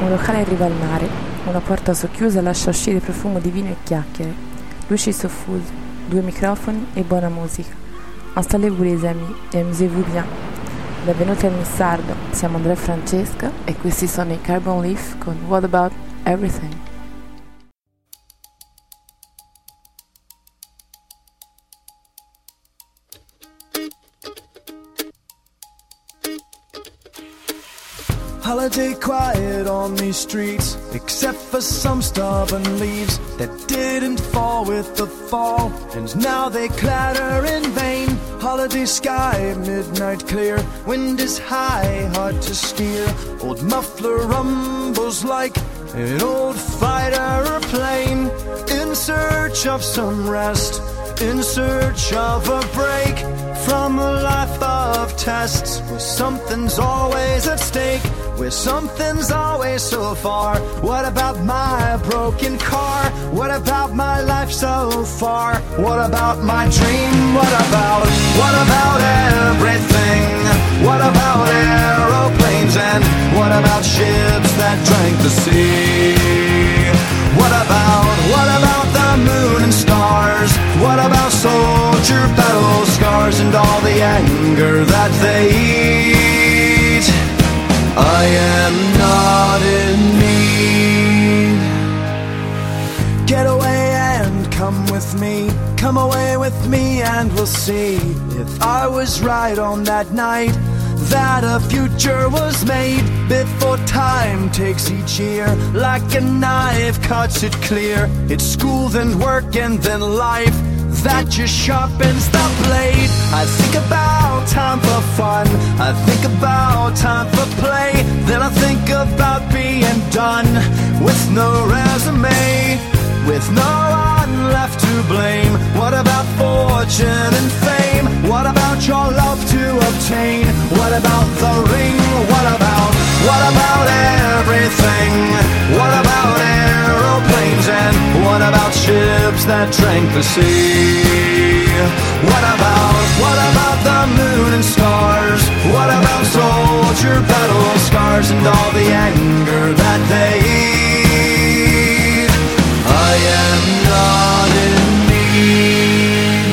Un locale in riva al mare, una porta socchiusa lascia uscire profumo di vino e chiacchiere, luci soffuse, 2 microfoni e buona musica. Installez-vous les amis et amusez-vous bien. Benvenuti al Nissardo, siamo Andrea e Francesca e questi sono i Carbon Leaf con What About Everything. Holiday quiet on these streets, except for some stubborn leaves that didn't fall with the fall, and now they clatter in vain. Holiday sky, midnight clear, wind is high, hard to steer. Old muffler rumbles like an old fighter plane, in search of some rest, in search of a break from a life of tests, where something's always at stake, where something's always so far. What about my broken car? What about my life so far? What about my dream? What about everything? What about aeroplanes? And what about ships that drank the sea? What about the moon and stars? What about soldier battle scars and all the anger that they eat? I am not in need. Get away and come with me. Come away with me and we'll see if I was right on that night, that a future was made before time takes each year like a knife, cuts it clear. It's school, then work, and then life that just sharpens the blade. I think about time for fun, I think about time for play, then I think about being done with no resume, with no one left to blame. What about fortune and fame? What about your love to obtain? What about the ring? What about everything? What about aeroplanes? And what about ships that drank the sea? What about the moon and stars? What about soldier battle scars and all the anger that they eat? I am not in need.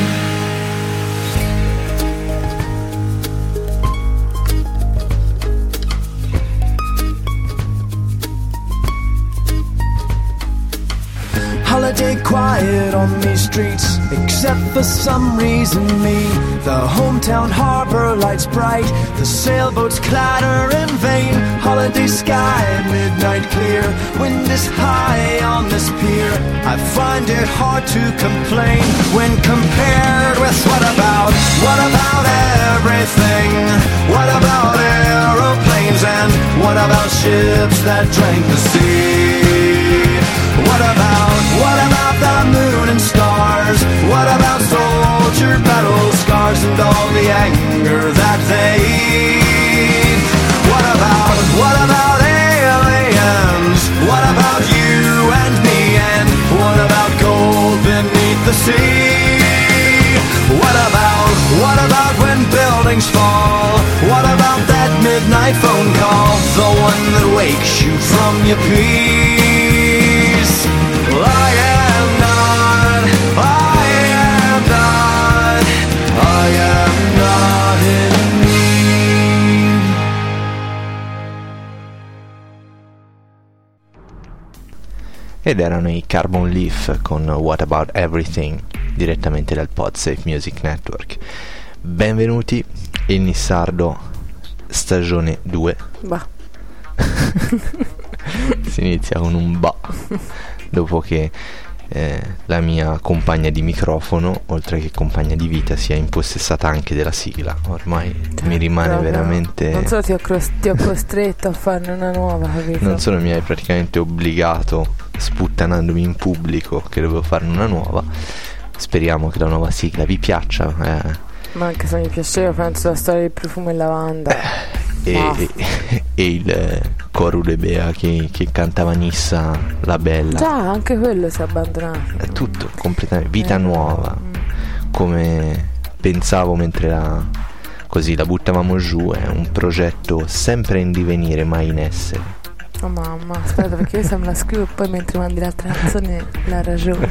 Holiday quiet on these streets, except for some reason me. The hometown harbor lights bright, the sailboats clatter in vain. Holiday sky, midnight clear, wind is high on this pier. I find it hard to complain when compared with what about everything? What about aeroplanes? And what about ships that drank the sea? What about the moon and stars? What about soldier battle scars and all the anger that they eat? What about aliens? What about you and me? And what about gold beneath the sea? What about when buildings fall? What about that midnight phone call? The one that wakes you from your peace? Well, I am not in need. Ed erano i Carbon Leaf con What About Everything, direttamente dal Podsafe Music Network. Benvenuti, il Nissardo stagione 2. Bah. Si inizia con un ba, dopo che la mia compagna di microfono, oltre che compagna di vita, si è impossessata anche della sigla. Ormai mi rimane veramente... Non solo ti ho costretto a farne una nuova, capito? Non solo mi hai praticamente obbligato, sputtanandomi in pubblico, che dovevo farne una nuova. Speriamo che la nuova sigla vi piaccia. Ma anche se mi piaceva, penso la storia del profumo e lavanda. E il coro de Bea che cantava Nissa la bella. Già, anche quello si è abbandonato. È tutto, completamente. Vita nuova. Come pensavo mentre la buttavamo giù. È un progetto sempre in divenire, mai in essere. Oh mamma, aspetta, perché io se me la scrivo e poi mentre mandi l'altra canzone la ragiono.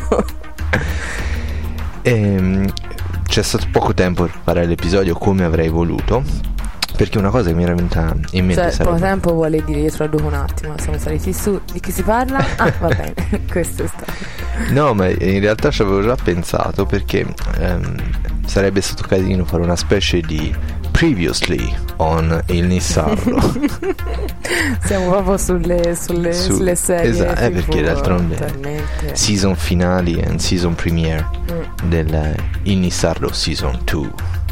C'è stato poco tempo per preparare l'episodio come avrei voluto, perché una cosa che mi era venuta in mente sarebbe... poco tempo vuole dire, io traduco un attimo, siamo saliti su, di chi si parla? Ah, va bene, questo è stato. No, ma in realtà ci avevo già pensato, perché sarebbe stato carino fare una specie di previously on il Nissardo. Siamo proprio sulle serie. Esatto, perché d'altronde season finali and season premiere del Il Nissardo season 2.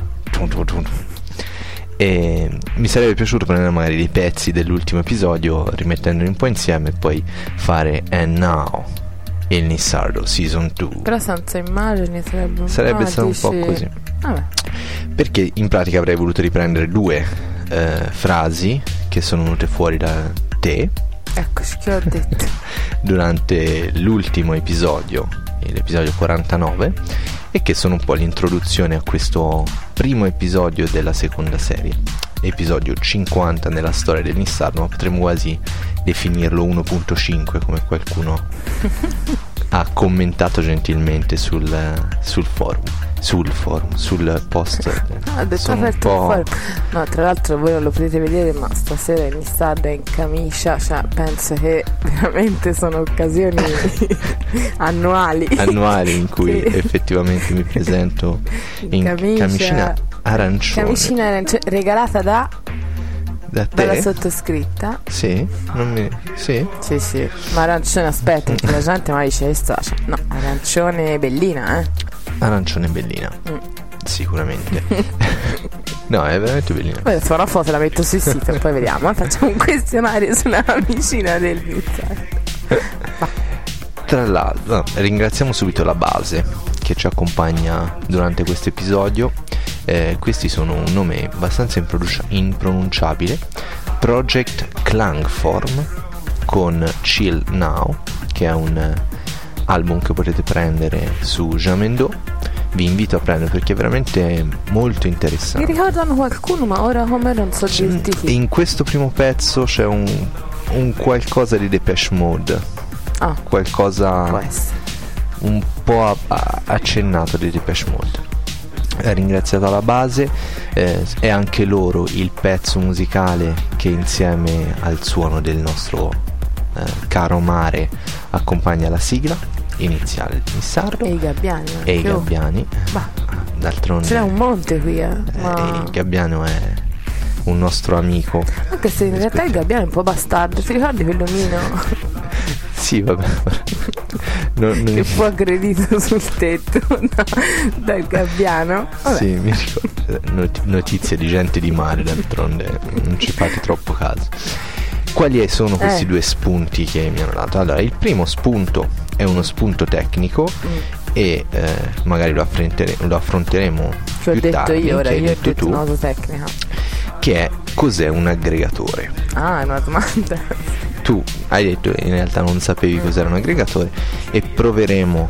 E mi sarebbe piaciuto prendere magari dei pezzi dell'ultimo episodio, rimettendoli un po' insieme, e poi fare And Now Il Nissardo season 2. Però senza immagini sarebbe stato un po' così. Vabbè. Perché in pratica avrei voluto riprendere due frasi che sono venute fuori da te. Eccoci, che ho detto. Durante l'ultimo episodio, l'episodio 49, e che sono un po' l'introduzione a questo primo episodio della seconda serie, episodio 50 nella storia del Nissardo, ma potremmo quasi definirlo 1.5, come qualcuno ha commentato gentilmente sul post. Ha detto aperto il forum. No, tra l'altro voi non lo potete vedere, ma stasera il Nissardo è in camicia, cioè penso che veramente sono occasioni annuali in cui effettivamente mi presento in camicina arancione, regalata da te? Dalla sottoscritta. Sì, sì, ma arancione, aspetta, perché la gente mi dice no, arancione bellina, arancione bellina, sicuramente. No, è veramente bellina. Poi farò una foto, la metto sul sito e poi vediamo, facciamo un questionario sulla vicina del Nissardo. Tra l'altro ringraziamo subito la base che ci accompagna durante questo episodio. Questi sono un nome abbastanza impronunciabile, Project Klangform, con Chill Now, che è un album che potete prendere su Jamendo. Vi invito a prendere perché è veramente molto interessante. Mi ricordano qualcuno, ma ora come non so dirti. In questo primo pezzo c'è un qualcosa di Depeche Mode, qualcosa un po' accennato di Depeche Mode. È ringraziato alla base, è anche loro il pezzo musicale che insieme al suono del nostro caro mare accompagna la sigla iniziale del Nissardo e i gabbiani. D'altronde c'è un monte qui, il gabbiano è un nostro amico, anche se in realtà il gabbiano è un po' bastardo. Ti ricordi quell'omino? Sì, vabbè. Che fu aggredito sul tetto dal gabbiano. Vabbè. Sì, mi ricordo. Notizie di gente di mare, d'altronde non ci fate troppo caso. Quali sono questi due spunti che mi hanno dato? Allora, il primo spunto è uno spunto tecnico e magari lo affronteremo che più tardi. Io ho detto tu, una cosa tecnica, che è cos'è un aggregatore. È una domanda. Tu hai detto in realtà non sapevi cos'era un aggregatore e proverò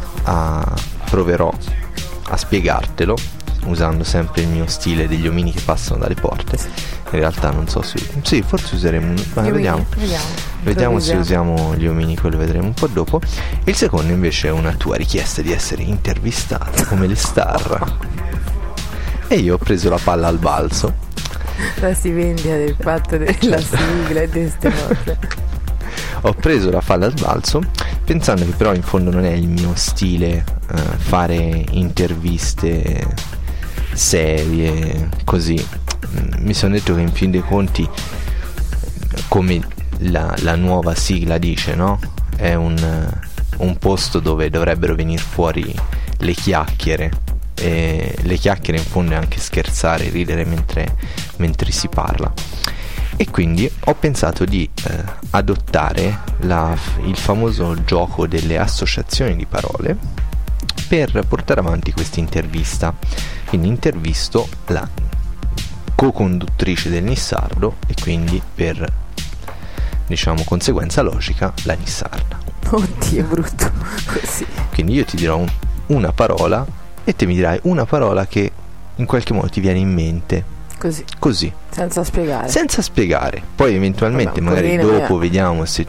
a spiegartelo usando sempre il mio stile degli omini che passano dalle porte. In realtà non so se sì, forse useremo vediamo se usiamo gli omini, quello vedremo un po' dopo. Il secondo invece è una tua richiesta di essere intervistata come le star e io ho preso la palla al balzo. La si vendica del fatto della sigla e di queste cose. Ho preso la palla al balzo pensando che però in fondo non è il mio stile fare interviste serie così. Mi sono detto che in fin dei conti, come la nuova sigla dice, no? È un posto dove dovrebbero venire fuori le chiacchiere, e le chiacchiere in fondo è anche scherzare, ridere mentre si parla. E quindi ho pensato di adottare il famoso gioco delle associazioni di parole per portare avanti questa intervista. Quindi intervisto la co-conduttrice del Nissardo e quindi per, diciamo, conseguenza logica, la Nissarda. Oddio, è brutto così. Quindi io ti dirò una parola e te mi dirai una parola che in qualche modo ti viene in mente Così. Senza spiegare. Poi eventualmente magari dopo vediamo se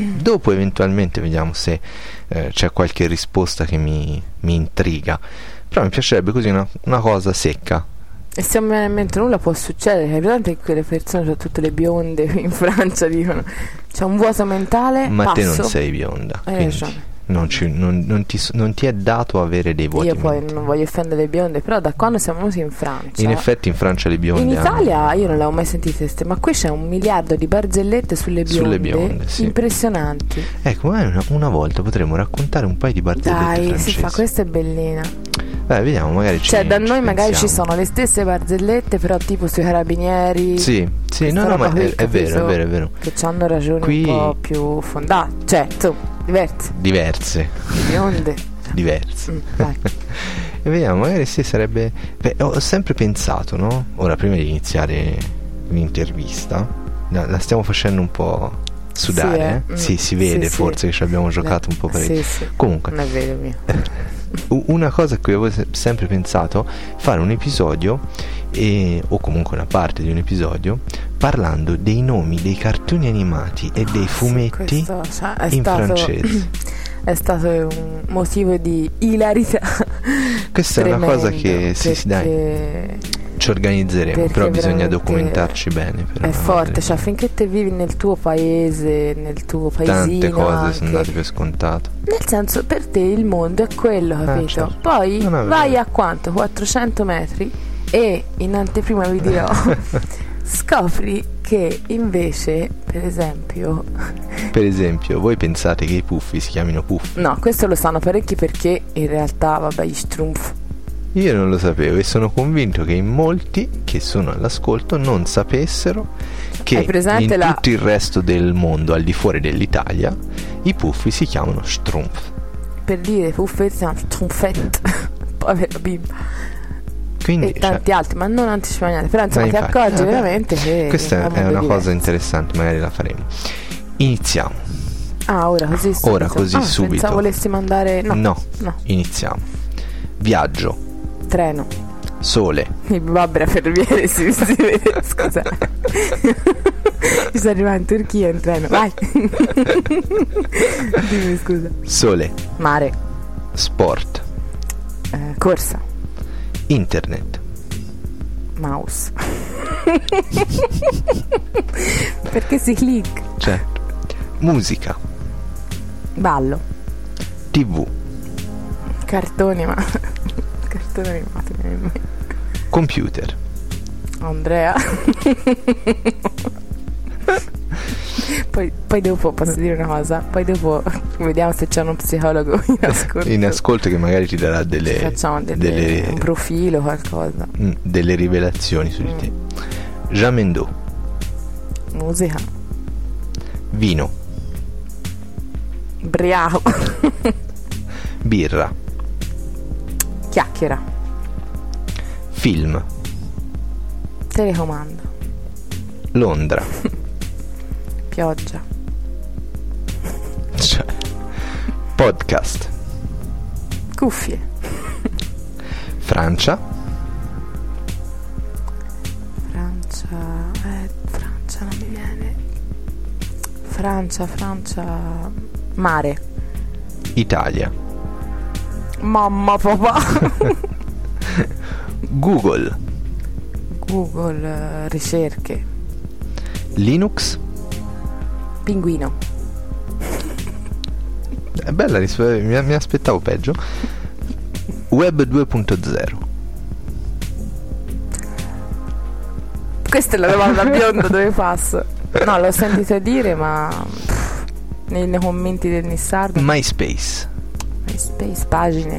c'è qualche risposta che mi intriga. Però mi piacerebbe così una cosa secca. E se non mi viene in mente nulla può succedere. Hai presente che quelle persone, soprattutto le bionde in Francia, dicono c'è un vuoto mentale, ma passo. Te non sei bionda, non ti è dato avere dei vuoti mentali. Io poi non voglio offendere le bionde, però da quando siamo venuti in Francia, in effetti in Francia le bionde, in Italia io non le ho mai sentite ma qui c'è 1 miliardo di barzellette sulle bionde sì. Impressionanti. Ecco, una volta potremmo raccontare un paio di barzellette francesi. Si fa, questa è bellina. Vediamo, magari da noi magari ci sono le stesse barzellette, però tipo sui carabinieri. Sì, no, ma è vero. Che hanno ragioni qui un po' più fondate. Cioè, diverse. Bionde. Diverse. E vediamo, magari sì, sarebbe. Ho sempre pensato, no? Ora, prima di iniziare l'intervista, la stiamo facendo un po' sudare. Sì, si vede forse che ci abbiamo giocato un po' parecchio. Sì. Comunque. Non è vero, mio. Una cosa a cui avevo sempre pensato, fare un episodio o comunque una parte di un episodio parlando dei nomi dei cartoni animati e dei fumetti francese. È stato un motivo di ilarità. Questa è una cosa che ci organizzeremo, però bisogna documentarci bene. È forte, cioè finché te vivi nel tuo paese, nel tuo paesino, tante cose sono andate per scontato. Nel senso, per te il mondo è quello, capito? Certo. Poi vai a quanto? 400 metri e in anteprima vi dirò scopri che invece, per esempio, voi pensate che i puffi si chiamino puffi? No, questo lo sanno parecchi perché in realtà, gli Schtroumpf. Io non lo sapevo e sono convinto che in molti che sono all'ascolto non sapessero che in tutto il resto del mondo, al di fuori dell'Italia, i puffi si chiamano Schtroumpf. Per dire puffi si chiamano Schtroumpfette. Povera bimba. Quindi, e tanti altri, ma non anticipa niente. Però insomma ti accorgi veramente che questa è una cosa interessante, magari la faremo. Iniziamo. Ora così subito. Pensavo volessi mandare. No. Iniziamo. Viaggio. Treno. Sole. Il Babra ferroviere si vede. Scusa. Ci sono arrivato in Turchia in treno. Vai. Dimmi scusa. Sole. Mare. Sport. Corsa. Internet. Mouse. Perché si click. Certo. Musica. Ballo. TV. Cartone animato. Computer. Andrea. Poi dopo posso dire una cosa. Poi dopo vediamo se c'è uno psicologo in ascolto che magari ti darà un profilo, qualcosa, delle rivelazioni su di te. Jamendo. Musica. Vino. Briaco. Birra. Chiacchiera. Film. Telecomando. Londra. Pioggia. Cioè, podcast. Cuffie. Francia. Francia non mi viene. Francia. Mare. Italia. Mamma, papà. Google. Ricerche. Linux. Pinguino. È bella risposta, mi aspettavo peggio. Web 2.0. Questa è la domanda bionda dove passo. No, l'ho sentito dire, ma nei commenti del Nissardo. MySpace, pagine.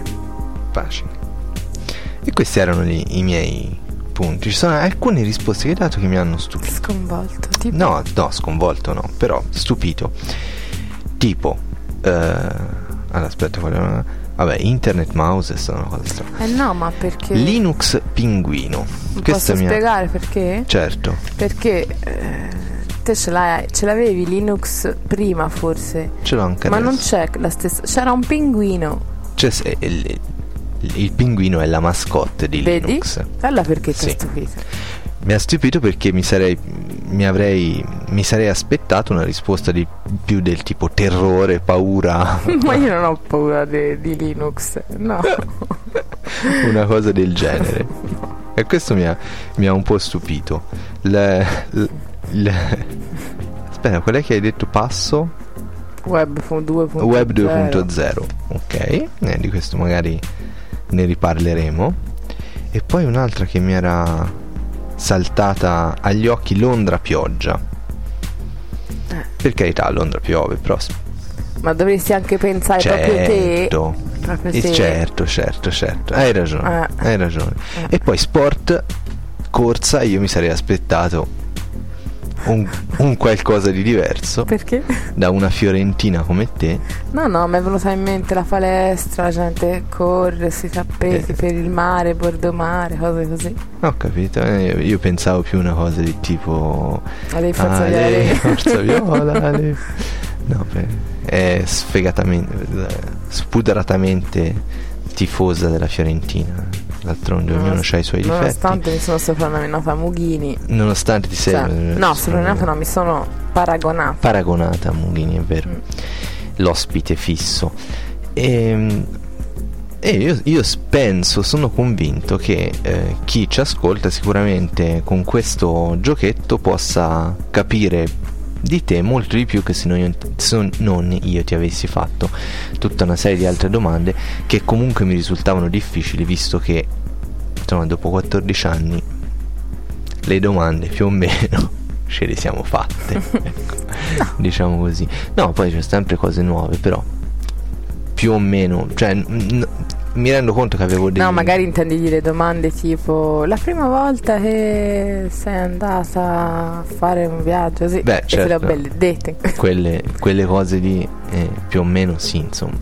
E questi erano i miei punti. Ci sono alcune risposte che hai dato che mi hanno stupito. Sconvolto, tipo? No, sconvolto no, però stupito. Tipo aspetta, vabbè, internet mouse è stata una cosa strana. No, ma perché Linux pinguino. Posso spiegare perché? Certo. Perché te ce l'avevi Linux prima forse. Ce l'ho anche ma adesso. Non c'è la stessa. C'era un pinguino. Cioè il pinguino è la mascotte di Vedi? Linux. Allora perché ti ho stupito? mi ha stupito perché mi sarei aspettato una risposta di più del tipo terrore, paura. Ma io non ho paura di Linux, no. Una cosa del genere. E questo mi ha un po' stupito. Aspetta, qual è che hai detto? Passo? Web 2.0. Web 2.0. Ok, di questo magari ne riparleremo. E poi un'altra che mi era saltata agli occhi, Londra pioggia. Per carità, Londra piove, però. Ma dovresti anche pensare proprio te. Certo. Hai ragione. E poi sport, corsa, io mi sarei aspettato un qualcosa di diverso. Perché? Da una fiorentina come te. No, mi è venuta in mente la palestra, la gente che corre sui tappeti per il mare, bordomare, cose così. Ho capito, io pensavo più una cosa di tipo Forza Viola. No, è spudoratamente tifosa della Fiorentina. D'altronde ognuno ha i suoi difetti. Nonostante mi sono soprannominata Mughini. Nonostante ti sei soprannominata no, mi sono paragonata a Mughini, è vero. L'ospite fisso. E io penso, sono convinto che chi ci ascolta sicuramente con questo giochetto possa capire di te molto di più che se non io ti avessi fatto tutta una serie di altre domande che comunque mi risultavano difficili, visto che insomma dopo 14 anni le domande più o meno ce le siamo fatte. Ecco. No. Diciamo così. No, poi c'è sempre cose nuove, però più o meno, cioè mi rendo conto che avevo dei... No, magari intendi dire domande tipo la prima volta che sei andata a fare un viaggio, sì. Beh, certo, e belle dette. Quelle cose lì più o meno sì, insomma.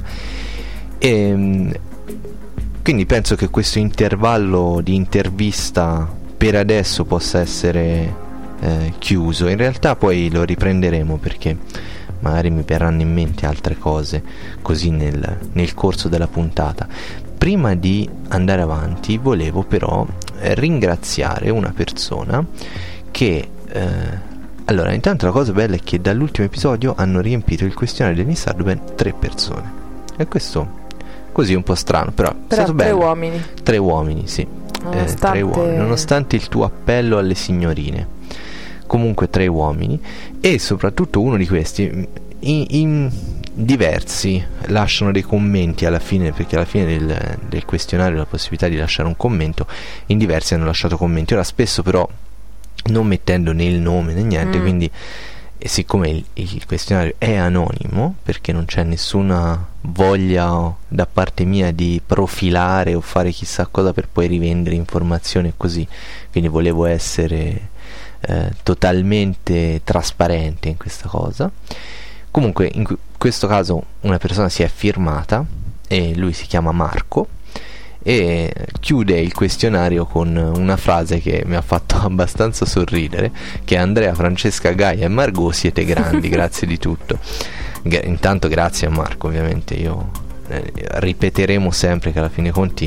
Quindi penso che questo intervallo di intervista per adesso possa essere chiuso. In realtà poi lo riprenderemo perché magari mi verranno in mente altre cose così nel corso della puntata. Prima di andare avanti volevo però ringraziare una persona che allora, intanto la cosa bella è che dall'ultimo episodio hanno riempito il questionario del Nissardo ben 3 persone, e questo così un po' strano, però è stato bello. 3 uomini, sì. 3 uomini, nonostante il tuo appello alle signorine. Comunque 3 uomini, e soprattutto uno di questi in diversi lasciano dei commenti alla fine, perché alla fine del questionario la possibilità di lasciare un commento, in diversi hanno lasciato commenti. Ora spesso però non mettendo né il nome né niente, quindi siccome il questionario è anonimo, perché non c'è nessuna voglia da parte mia di profilare o fare chissà cosa per poi rivendere informazioni e così, quindi volevo essere totalmente trasparente in questa cosa. Comunque in questo caso una persona si è firmata e lui si chiama Marco e chiude il questionario con una frase che mi ha fatto abbastanza sorridere, che è: Andrea, Francesca, Gaia e Margot siete grandi, grazie di tutto. Intanto grazie a Marco, ovviamente io ripeteremo sempre che alla fine dei conti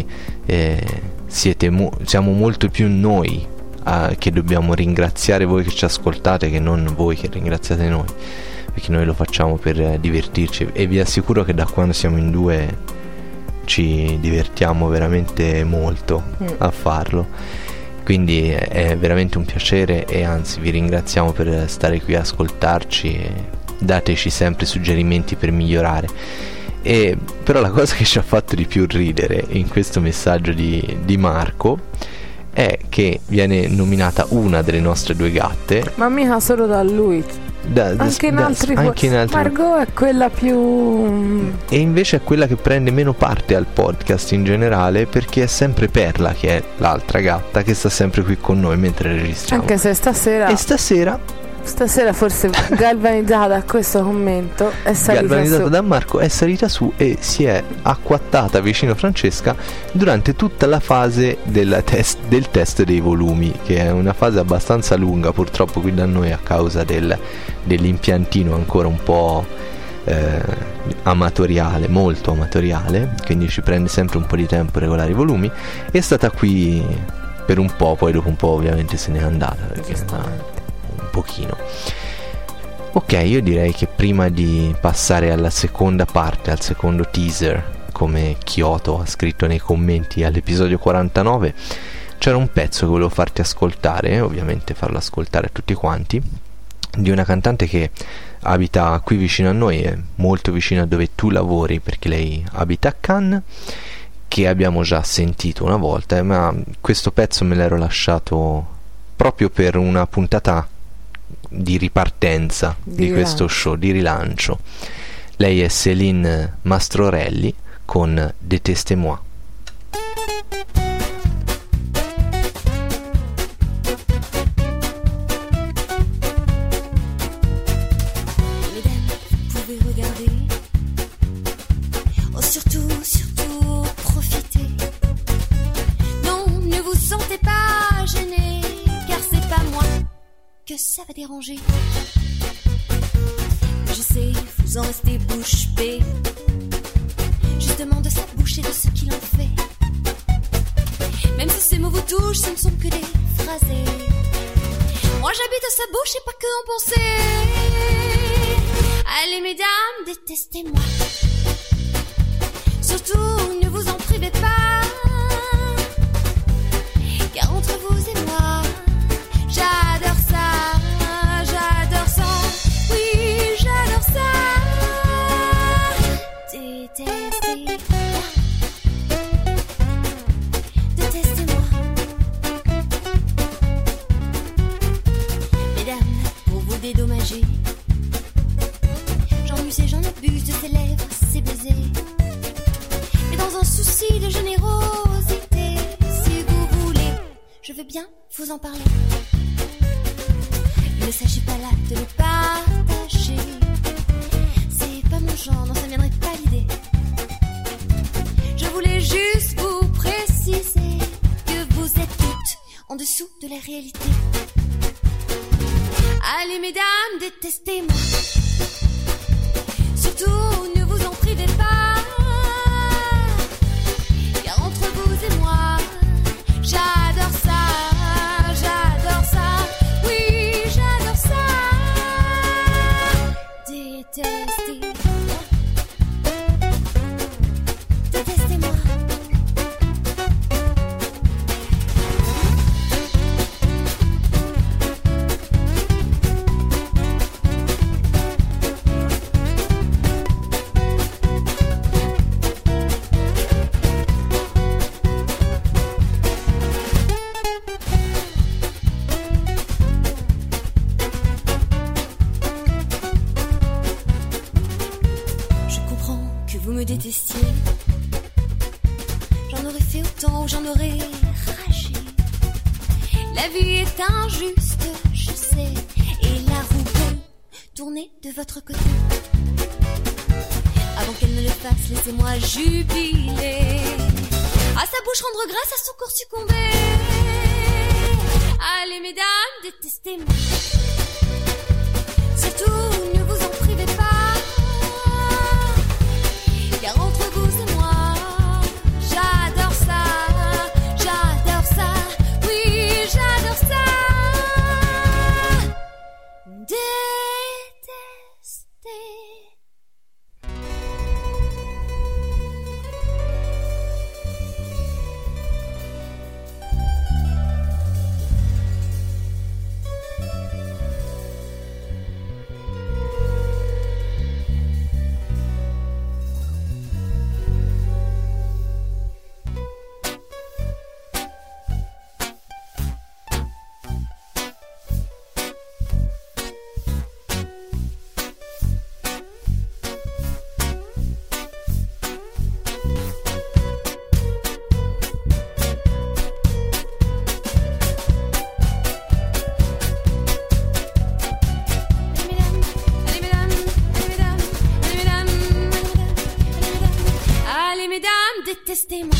siamo molto più noi che dobbiamo ringraziare voi che ci ascoltate che non voi che ringraziate noi, perché noi lo facciamo per divertirci, e vi assicuro che da quando siamo in 2 ci divertiamo veramente molto a farlo, quindi è veramente un piacere, e anzi vi ringraziamo per stare qui a ascoltarci e dateci sempre suggerimenti per migliorare. E però la cosa che ci ha fatto di più ridere in questo messaggio di Marco è che viene nominata una delle nostre 2 gatte, ma mica solo da lui, anche in altri. Margot è quella più, e invece è quella che prende meno parte al podcast in generale, perché è sempre Perla, che è l'altra gatta che sta sempre qui con noi mentre registriamo, anche se stasera forse galvanizzata da questo commento è salita su. Da Marco è salita su e si è acquattata vicino a Francesca durante tutta la fase del test dei volumi, che è una fase abbastanza lunga purtroppo qui da noi a causa dell'impiantino ancora un po' amatoriale, molto amatoriale, quindi ci prende sempre un po' di tempo regolare i volumi. È stata qui per un po', poi dopo un po' ovviamente se n'è andata perché un pochino. Ok, io direi che prima di passare alla seconda parte, al secondo teaser, come Kyoto ha scritto nei commenti all'episodio 49, c'era un pezzo che volevo farti ascoltare, ovviamente farlo ascoltare a tutti quanti, di una cantante che abita qui vicino a noi, è molto vicino a dove tu lavori perché lei abita a Cannes, che abbiamo già sentito una volta, ma questo pezzo me l'ero lasciato proprio per una puntata di ripartenza di questo show, di rilancio. Lei è Céline Mastrorelli con Détestez-moi. Ça va déranger. Je sais, vous en restez bouche bée, justement de sa bouche et de ce qu'il en fait. Même si ces mots vous touchent, ce ne sont que des phrasés. Moi j'habite à sa bouche et pas que en pensée. Allez mesdames, détestez-moi. Surtout ne vous en privez pas, car entre vous et moi, j'adore ça. Détestez-moi. Mesdames, pour vous dédommager, j'en use et j'en abuse de ses lèvres, ses baisers. Mais dans un souci de générosité, si vous voulez, je veux bien vous en parler. Il ne s'agit pas là de le partager. C'est pas mon genre, non ça ne viendrait pas l'idée. Je voulais juste vous préciser que vous êtes toutes en dessous de la réalité. Allez mesdames, détestez-moi. Surtout ne vous en privez pas, car entre vous et moi, j'adore ça, j'adore ça, oui j'adore ça. Détestez-moi. Détestiez, j'en aurais fait autant ou j'en aurais ragé. La vie est injuste, je sais, et la roue peut tourner de votre côté. Avant qu'elle ne le fasse, laissez-moi jubiler. À sa bouche rendre grâce, à son corps succomber. Allez mesdames, détestez-moi. Surtout ne vous en privez pas, car entre vous et moi, j'adore ça, oui j'adore ça. Détester. Détestez-moi.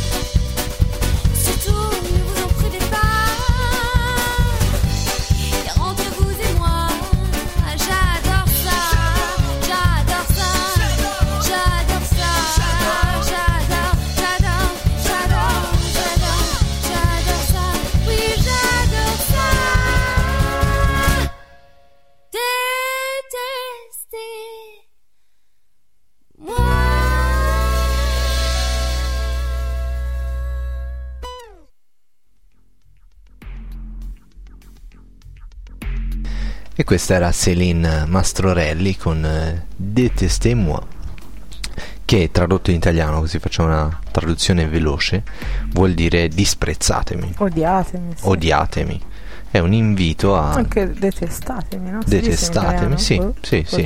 Surtout ne vous en privez pas, car entre vous et moi, j'adore ça, j'adore ça, j'adore ça, j'adore, j'adore, j'adore, j'adore, j'adore ça. E questa era Céline Mastrorelli con Détestez-moi, che tradotto in italiano, così facciamo una traduzione veloce, vuol dire disprezzatemi, Odiatemi, sì. odiatemi. È un invito a... Anche detestatemi, no? Detestatemi, sì, sì, sì.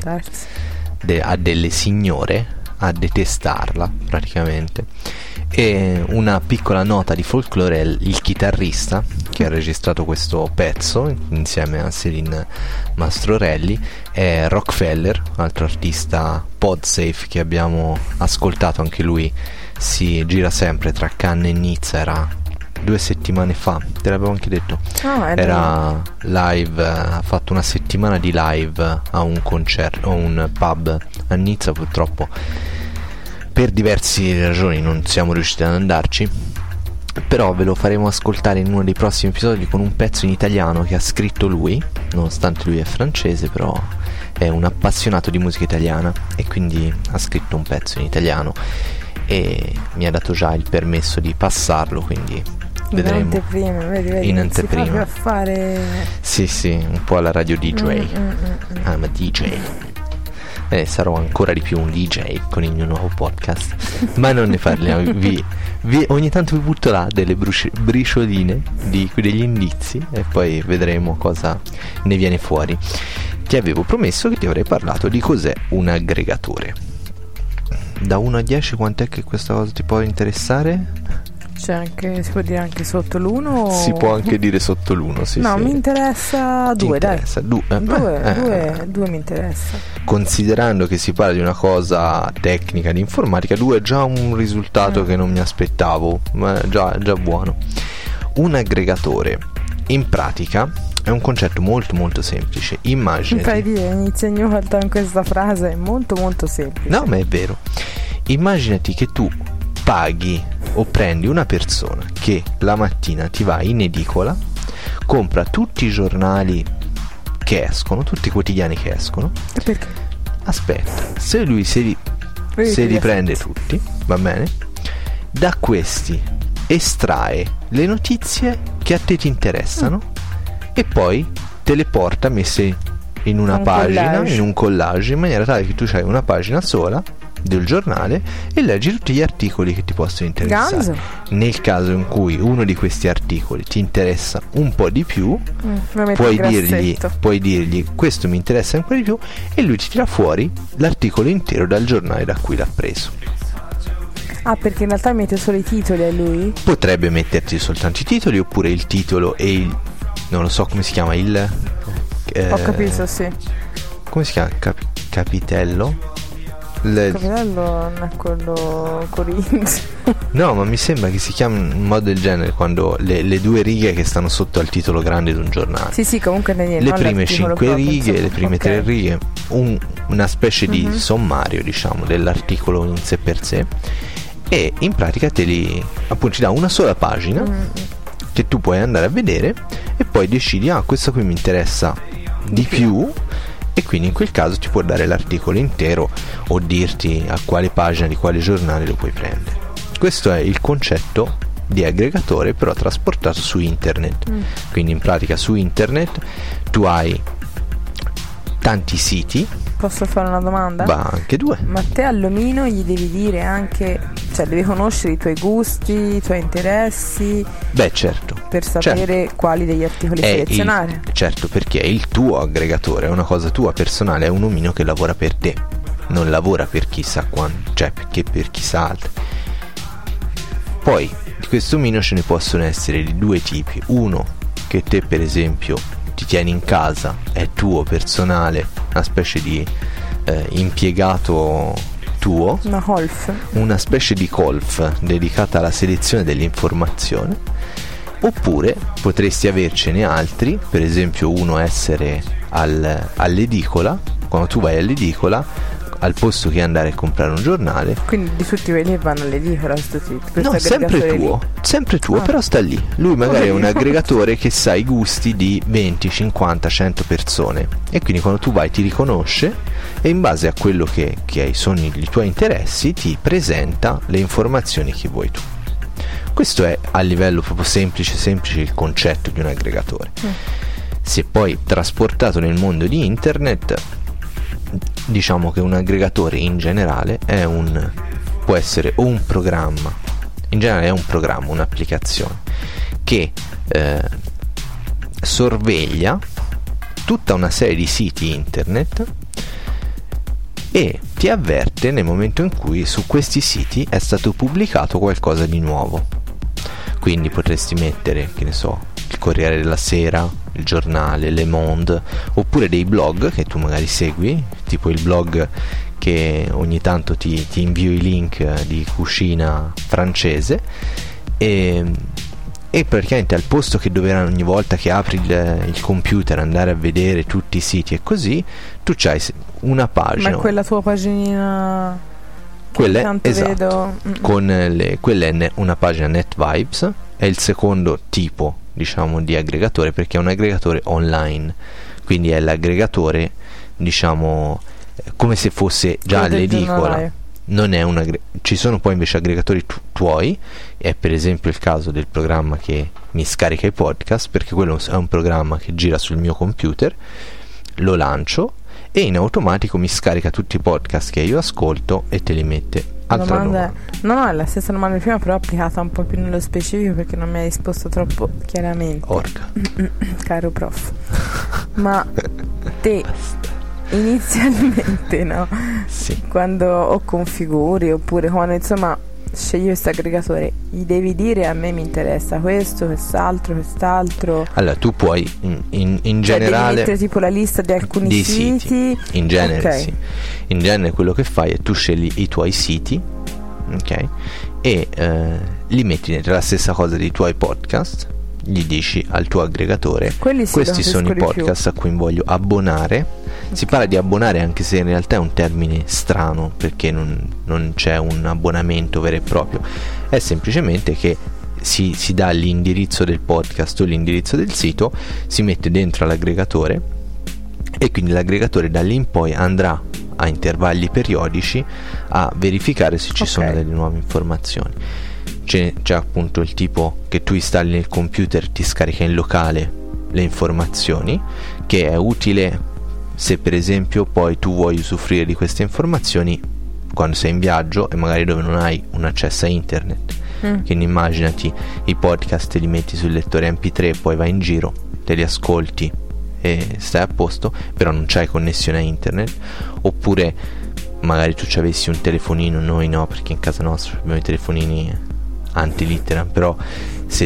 A delle signore a detestarla praticamente. E una piccola nota di folklore: il chitarrista che ha registrato questo pezzo insieme a Céline Mastrorelli è Rockefeller, altro artista Podsafe che abbiamo ascoltato. Anche lui si gira sempre tra Cannes e Nizza, era 2 settimane fa, te l'avevo anche detto. Era live, ha fatto una settimana di live a un concerto, a un pub a Nizza. Purtroppo per diverse ragioni non siamo riusciti ad andarci, però ve lo faremo ascoltare in uno dei prossimi episodi con un pezzo in italiano che ha scritto lui, nonostante lui è francese, però è un appassionato di musica italiana e quindi ha scritto un pezzo in italiano e mi ha dato già il permesso di passarlo, quindi vedremo in anteprima, vedi, in anteprima a fare... sì, un po' alla radio DJ. I'm a DJ. Sarò ancora di più un DJ con il mio nuovo podcast, ma non ne parliamo. Ogni tanto vi butto là delle bricioline degli indizi e poi vedremo cosa ne viene fuori. Ti avevo promesso che ti avrei parlato di cos'è un aggregatore. Da 1 a 10 quant'è che questa cosa ti può interessare? C'è anche, si può dire anche sotto l'1? Si può anche dire sotto l'1, sì. No, sì. mi interessa 2, dai. Due mi interessa. Considerando che si parla di una cosa tecnica, di informatica, 2 è già un risultato che non mi aspettavo, ma già buono. Un aggregatore, in pratica, è un concetto molto molto semplice. Immagina. Mi fai dire, inizia ogni volta con questa frase, è molto molto semplice. No, ma è vero. Immaginati che tu paghi o prendi una persona che la mattina ti va in edicola, compra tutti i giornali che escono, tutti i quotidiani che escono. E perché? Aspetta, se lui se li prende tutti, va bene, da questi estrae le notizie che a te ti interessano e poi te le porta messe in una pagina, in un collage, in maniera tale che tu hai una pagina sola del giornale e leggi tutti gli articoli che ti possono interessare. Ganzo. Nel caso in cui uno di questi articoli ti interessa un po' di più, puoi dirgli questo mi interessa un po' di più e lui ti tira fuori l'articolo intero dal giornale da cui l'ha preso. Ah, perché in realtà mette solo i titoli a lui? Potrebbe metterti soltanto i titoli, oppure il titolo e il, non lo so come si chiama, ho capito, sì. Come si chiama? Capitello? Capitello non è quello corintio. No, ma mi sembra che si chiami in modo del genere quando le 2 righe che stanno sotto al titolo grande di un giornale. Sì, comunque le prime 5 righe, le prime 3 righe, una specie di sommario, diciamo, dell'articolo in sé per sé. E in pratica ti dà una sola pagina che tu puoi andare a vedere e poi decidi, questa qui mi interessa di più. E quindi in quel caso ti può dare l'articolo intero o dirti a quale pagina di quale giornale lo puoi prendere. Questo è il concetto di aggregatore, però trasportato su internet. Quindi in pratica su internet tu hai tanti siti. Posso fare una domanda? Ma anche 2. Ma te all'omino gli devi dire anche, cioè devi conoscere i tuoi gusti, i tuoi interessi? Beh, certo. Per sapere quali degli articoli selezionare. Certo, perché è il tuo aggregatore, è una cosa tua personale, è un omino che lavora per te, non lavora per chissà quanto, cioè perché per chissà altri. Poi di questo omino ce ne possono essere di 2 tipi. Uno che te per esempio ti tieni in casa, è tuo, personale, una specie di impiegato tuo, una specie di colf dedicata alla selezione dell'informazione. Oppure potresti avercene altri, per esempio uno essere all'edicola, quando tu vai all'edicola, al posto che andare a comprare un giornale. Quindi di tutti quelli che vanno all'edicola, no, sempre tuo, però sta lì. Lui magari è un aggregatore che sa i gusti di 20, 50, 100 persone e quindi quando tu vai ti riconosce e in base a quello che sono i tuoi interessi ti presenta le informazioni che vuoi tu. Questo è a livello proprio semplice il concetto di un aggregatore. Se poi trasportato nel mondo di internet, diciamo che un aggregatore in generale può essere o un programma, in generale è un programma, un'applicazione che sorveglia tutta una serie di siti internet e ti avverte nel momento in cui su questi siti è stato pubblicato qualcosa di nuovo. Quindi potresti mettere, che ne so, il Corriere della Sera, il giornale, Le Monde, oppure dei blog che tu magari segui, tipo il blog che ogni tanto ti invio i link di cucina francese, e praticamente al posto che doveranno ogni volta che apri il computer andare a vedere tutti i siti e così, tu c'hai una pagina. Ma è quella tua paginina che quella esatto, vedo. Quella è una pagina NetVibes, è il secondo tipo, diciamo, di aggregatore, perché è un aggregatore online, quindi è l'aggregatore, diciamo, come se fosse già all'edicola. Non è ci sono poi invece aggregatori tuoi, è per esempio il caso del programma che mi scarica i podcast, perché quello è un programma che gira sul mio computer, lo lancio e in automatico mi scarica tutti i podcast che io ascolto e te li mette. Altra domanda. No, è la stessa domanda di prima, però applicata un po' più nello specifico, perché non mi hai risposto troppo chiaramente. Orca. Caro prof. Ma te inizialmente, no? Sì. Quando o configuri oppure quando insomma scegli questo aggregatore, gli devi dire: a me mi interessa questo, quest'altro. Allora tu puoi in cioè, generale devi mettere tipo la lista di alcuni siti. In genere okay. Sì. In genere quello che fai è tu scegli i tuoi siti, ok, e li metti dentro. La stessa cosa dei tuoi podcast, gli dici al tuo aggregatore: questi sono i podcast a cui mi voglio abbonare. Si parla di abbonare, anche se in realtà è un termine strano, perché non c'è un abbonamento vero e proprio, è semplicemente che si dà l'indirizzo del podcast o l'indirizzo del sito, si mette dentro all'aggregatore e quindi l'aggregatore da lì in poi andrà a intervalli periodici a verificare se ci sono delle nuove informazioni. C'è appunto il tipo che tu installi nel computer, ti scarica in locale le informazioni, che è utile se per esempio poi tu vuoi usufruire di queste informazioni quando sei in viaggio e magari dove non hai un accesso a internet. Quindi immaginati, i podcast te li metti sul lettore MP3, poi vai in giro, te li ascolti e stai a posto, però non c'hai connessione a internet. Oppure magari tu ci avessi un telefonino, noi no, perché in casa nostra abbiamo i telefonini antilitteram, però se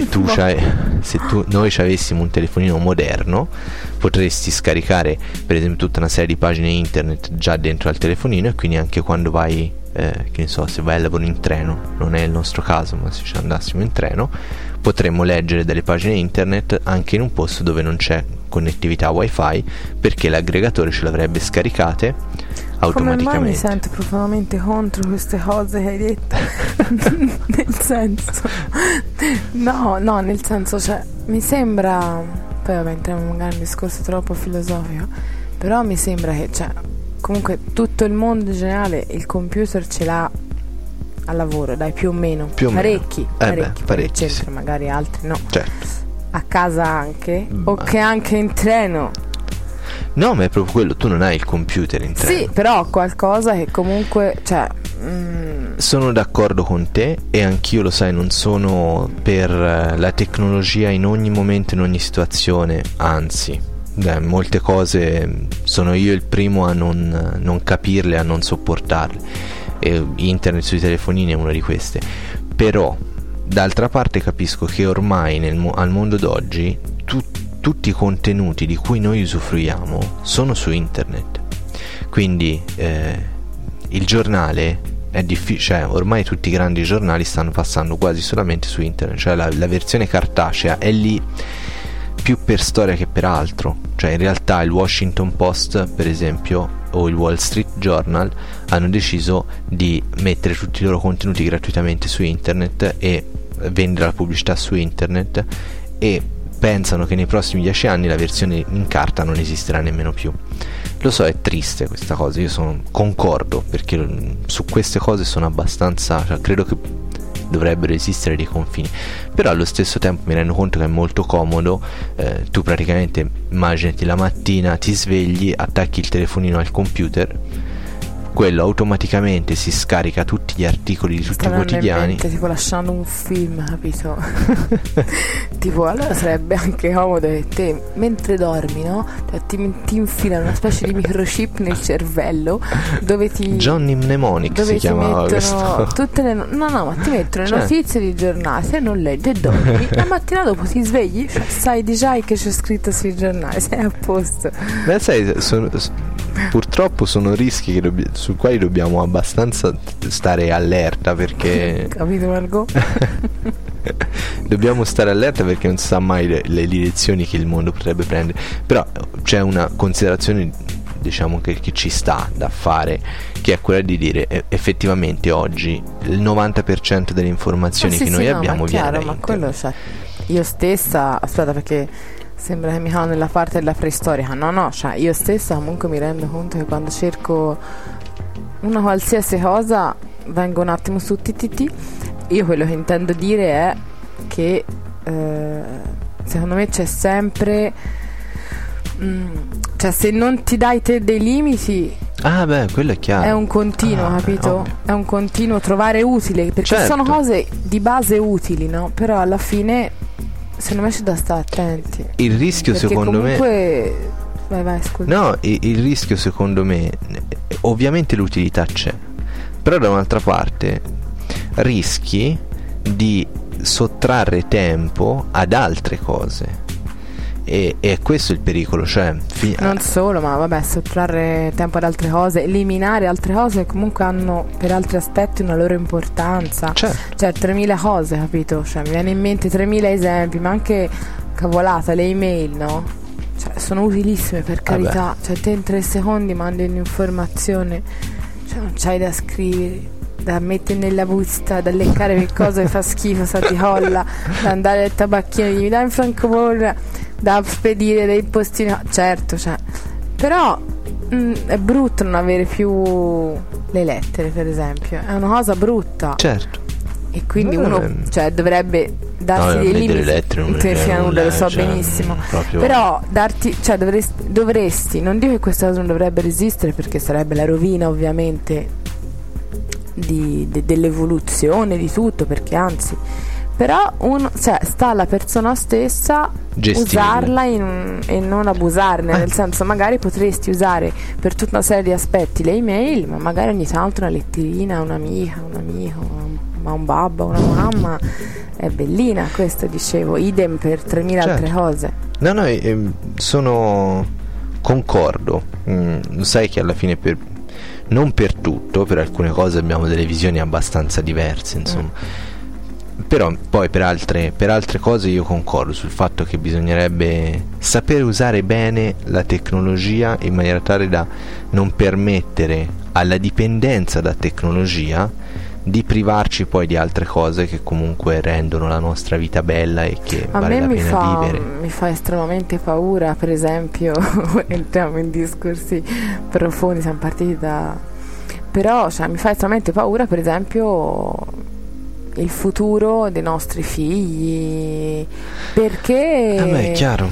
noi ci avessimo un telefonino moderno, potresti scaricare per esempio tutta una serie di pagine internet già dentro al telefonino, e quindi anche quando vai che ne so, se vai al lavoro in treno, non è il nostro caso, ma se ci andassimo in treno potremmo leggere delle pagine internet anche in un posto dove non c'è connettività wifi, perché l'aggregatore ce l'avrebbe scaricate automaticamente. Come mai mi sento profondamente contro queste cose che hai detto? Nel senso, cioè, mi sembra, poi vabbè entriamo magari in un discorso troppo filosofico, però mi sembra che, cioè, comunque tutto il mondo in generale il computer ce l'ha al lavoro, dai, più o meno. Parecchi centro, sì. Magari altri no, certo. A casa anche, o che anche in treno. No, ma è proprio quello, tu non hai il computer in treno. Sì, però qualcosa che comunque, cioè, sono d'accordo con te, e anch'io, lo sai, non sono per la tecnologia in ogni momento, in ogni situazione, anzi, molte cose sono io il primo a non capirle, a non sopportarle, e internet sui telefonini è una di queste. Però d'altra parte capisco che ormai al mondo d'oggi tutti i contenuti di cui noi usufruiamo sono su internet, quindi il giornale è difficile, cioè ormai tutti i grandi giornali stanno passando quasi solamente su internet, cioè la versione cartacea è lì più per storia che per altro. Cioè in realtà il Washington Post per esempio o il Wall Street Journal hanno deciso di mettere tutti i loro contenuti gratuitamente su internet e vendere la pubblicità su internet, e pensano che nei prossimi 10 anni la versione in carta non esisterà nemmeno più. Lo so, è triste questa cosa, io concordo, perché su queste cose sono abbastanza, cioè, credo che dovrebbero esistere dei confini. Però allo stesso tempo mi rendo conto che è molto comodo, tu praticamente immaginati la mattina ti svegli, attacchi il telefonino al computer, quello automaticamente si scarica tutti gli articoli di tutti i quotidiani, tipo lasciando un film, capito? Tipo, allora sarebbe anche comodo che te mentre dormi, no? Cioè, ti infilano una specie di microchip nel cervello dove ti Johnny Mnemonic dove si chiamava questo. Tutte le ma ti mettono le notizie di giornale, se non leggi e dormi, la mattina dopo ti svegli, cioè, sai di già che c'è scritto sui giornali, sei a posto. Beh, sai, purtroppo sono rischi su quali dobbiamo abbastanza stare allerta, perché capito, Margot? Dobbiamo stare allerta perché non si sa mai le direzioni che il mondo potrebbe prendere. Però c'è una considerazione, diciamo, che ci sta da fare, che è quella di dire effettivamente oggi il 90% delle informazioni che noi abbiamo viene da internet. Quello, cioè, io stessa, aspetta, perché sembra che mi cado nella parte della preistorica. No, cioè io stessa comunque mi rendo conto che quando cerco una qualsiasi cosa vengo un attimo su TTT. Io quello che intendo dire è che secondo me c'è sempre cioè, se non ti dai te dei limiti, quello è chiaro, è un continuo, capito? È un continuo trovare utile, perché certo, sono cose di base utili, no? Però alla fine secondo me c'è da stare attenti. Il rischio, perché secondo comunque... Vai, scusa. No, il rischio secondo me, ovviamente l'utilità c'è, però da un'altra parte rischi di sottrarre tempo ad altre cose, e è questo il pericolo, cioè non solo, ma vabbè, sottrarre tempo ad altre cose, eliminare altre cose che comunque hanno per altri aspetti una loro importanza. Certo. Cioè 3000 cose, capito? Cioè mi viene in mente 3000 esempi, ma anche cavolata, le email, no? Cioè sono utilissime, per carità. Cioè te in 3 secondi mandi un'informazione, cioè non c'hai da scrivere, da mettere nella busta, da leccare quel cosa che fa schifo, sa ti colla, da andare al tabacchino, mi dai in francobollo, da spedire dei postini, certo, cioè, però è brutto non avere più le lettere, per esempio, è una cosa brutta, certo, e quindi uno, cioè, dovrebbe darsi dei limiti. Lettere non te ne nulla, lo so, cioè, benissimo, però darti, cioè dovresti, non dico che questa cosa non dovrebbe esistere, perché sarebbe la rovina ovviamente dell'evoluzione di tutto, perché anzi, però cioè, sta alla persona stessa usarla e non abusarne, nel senso, magari potresti usare per tutta una serie di aspetti le email, ma magari ogni tanto una letterina, un'amica, un amico, un babbo, una mamma è bellina, questo dicevo, idem per 3000 altre cose. No, concordo, sai che alla fine non per tutto, per alcune cose abbiamo delle visioni abbastanza diverse, insomma. Però poi per altre cose io concordo sul fatto che bisognerebbe sapere usare bene la tecnologia in maniera tale da non permettere alla dipendenza da tecnologia di privarci poi di altre cose che comunque rendono la nostra vita bella e che vale la pena vivere. Mi fa estremamente paura, per esempio, entriamo in discorsi profondi, siamo partiti però, cioè, mi fa estremamente paura, per esempio, il futuro dei nostri figli, perché è chiaro,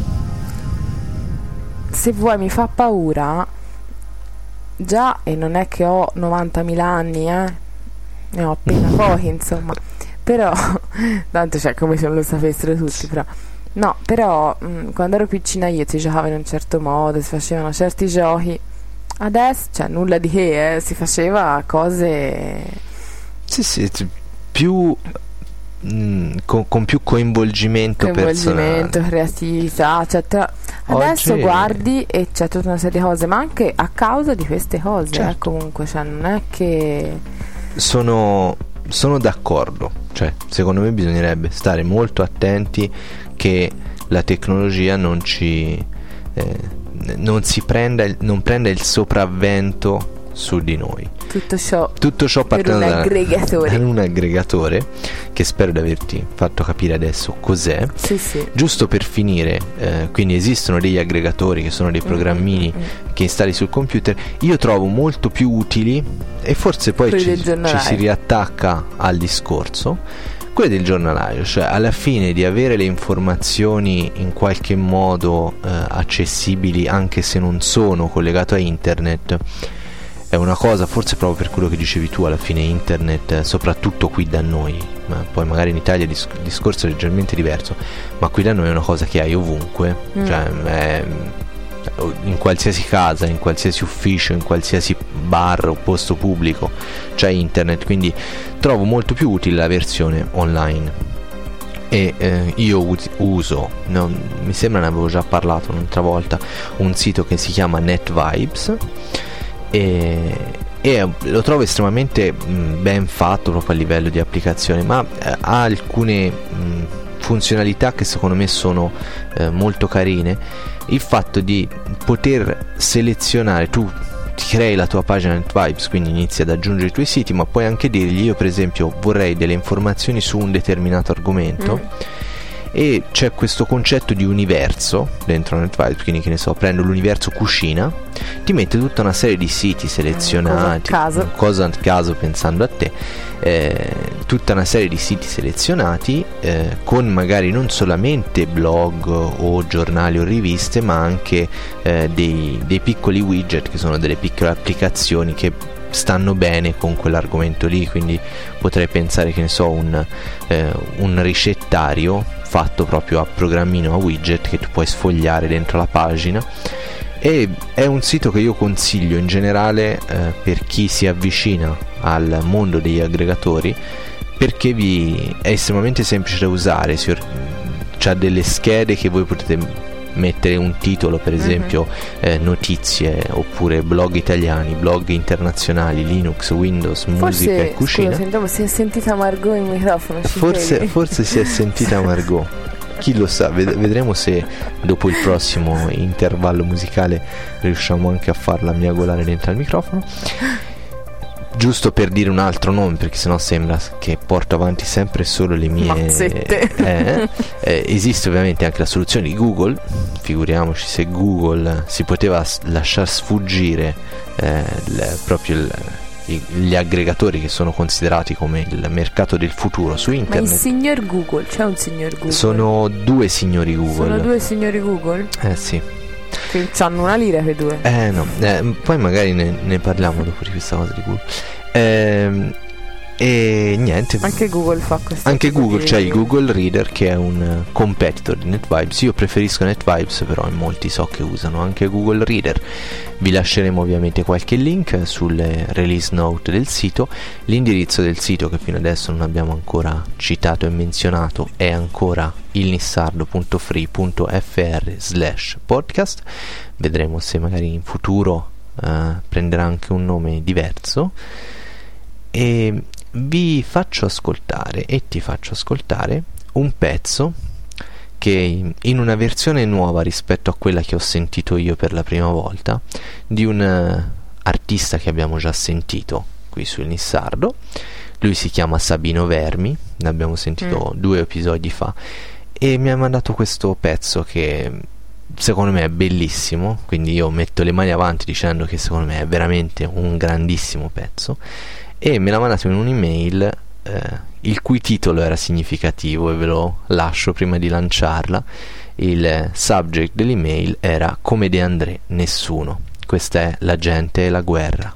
se vuoi, mi fa paura già, e non è che ho 90.000 anni, ne ho appena pochi, insomma, però tanto, cioè, come se non lo sapessero tutti, però quando ero piccina io si giocava in un certo modo, si facevano certi giochi, adesso, cioè, nulla di che, si faceva cose sì, più con più coinvolgimento personale, creatività, cioè, adesso oggi guardi e c'è tutta una serie di cose, ma anche a causa di queste cose, certo. Comunque, cioè, non è che sono d'accordo, cioè secondo me bisognerebbe stare molto attenti che la tecnologia non prenda il sopravvento su di noi. Tutto ciò partendo da un aggregatore che spero di averti fatto capire adesso cos'è. Sì. Giusto per finire, quindi esistono degli aggregatori che sono dei programmini che installi sul computer. Io trovo molto più utili, e forse poi ci si riattacca al discorso, quelli del giornalaio, cioè alla fine di avere le informazioni in qualche modo accessibili anche se non sono collegato a internet. È una cosa, forse proprio per quello che dicevi tu, alla fine internet, soprattutto qui da noi, ma poi magari in Italia il discorso è leggermente diverso, ma qui da noi è una cosa che hai ovunque, cioè in qualsiasi casa, in qualsiasi ufficio, in qualsiasi bar o posto pubblico c'è internet, quindi trovo molto più utile la versione online. E io uso, mi sembra ne avevo già parlato un'altra volta, un sito che si chiama NetVibes, e lo trovo estremamente ben fatto proprio a livello di applicazione, ma ha alcune funzionalità che secondo me sono molto carine. Il fatto di poter selezionare, tu ti crei la tua pagina NetVibes, quindi inizi ad aggiungere i tuoi siti, ma puoi anche dirgli: io per esempio vorrei delle informazioni su un determinato argomento, e c'è questo concetto di universo dentro NetVibes, quindi che ne so, prendo l'universo cucina, ti mette tutta una serie di siti selezionati, cosa a caso pensando a te, tutta una serie di siti selezionati, con magari non solamente blog o giornali o riviste, ma anche dei piccoli widget, che sono delle piccole applicazioni che stanno bene con quell'argomento lì. Quindi potrei pensare, che ne so, un ricettario fatto proprio a programmino, a widget, che tu puoi sfogliare dentro la pagina. E è un sito che io consiglio in generale per chi si avvicina al mondo degli aggregatori, perché è estremamente semplice da usare. C'ha delle schede che voi potete mettere un titolo, per esempio notizie, oppure blog italiani, blog internazionali, Linux, Windows, musica e cucina. Scusa, si è sentita Margot in microfono. Forse si è sentita Margot. Chi lo sa, vedremo se dopo il prossimo intervallo musicale riusciamo anche a farla miagolare dentro al microfono. Giusto per dire un altro nome, perché sennò sembra che porto avanti sempre solo le mie mazzette. Esiste ovviamente anche la soluzione di Google. Figuriamoci se Google si poteva lasciar sfuggire proprio gli aggregatori che sono considerati come il mercato del futuro su internet. Ma il signor Google, c'è un signor Google? Sono due signori Google. Sono due signori Google? Sì. Che hanno una lira quei due. No, poi magari ne parliamo dopo di questa cosa di Google. E niente, anche Google fa questo. Anche Google, c'è il Google Reader, che è un competitor di NetVibes. Io preferisco NetVibes, però in molti so che usano anche Google Reader. Vi lasceremo ovviamente qualche link sulle release note del sito. L'indirizzo del sito, che fino adesso non abbiamo ancora citato e menzionato, è ancora ilnissardo.free.fr/podcast. Vedremo se magari in futuro prenderà anche un nome diverso. E vi faccio ascoltare, e ti faccio ascoltare, un pezzo che in una versione nuova rispetto a quella che ho sentito io per la prima volta, di un artista che abbiamo già sentito qui sul Nissardo. Lui si chiama Sabino Vermi, ne abbiamo sentito 2 episodi fa, e mi ha mandato questo pezzo che secondo me è bellissimo, quindi io metto le mani avanti dicendo che secondo me è veramente un grandissimo pezzo, e me l'ha mandato in un'email il cui titolo era significativo, e ve lo lascio prima di lanciarla. Il subject dell'email era "Come De André nessuno". Questa è La gente e la guerra.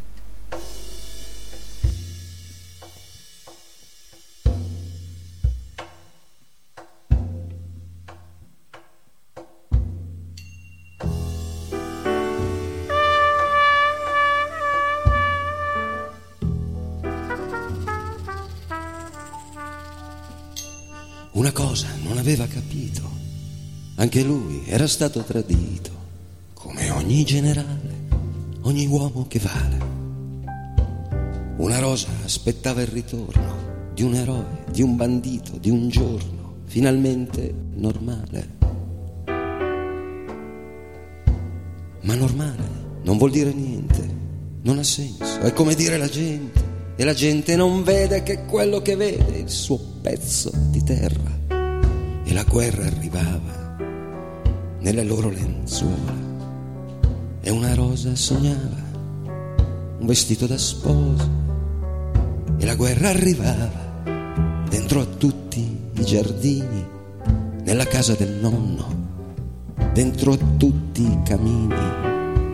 Una cosa non aveva capito, anche lui era stato tradito, come ogni generale, ogni uomo che vale. Una rosa aspettava il ritorno di un eroe, di un bandito, di un giorno finalmente normale. Ma normale non vuol dire niente, non ha senso, è come dire la gente, e la gente non vede che quello che vede è il suo pezzo di terra. E la guerra arrivava nelle loro lenzuola, e una rosa sognava un vestito da sposa, e la guerra arrivava dentro a tutti i giardini, nella casa del nonno, dentro a tutti i camini.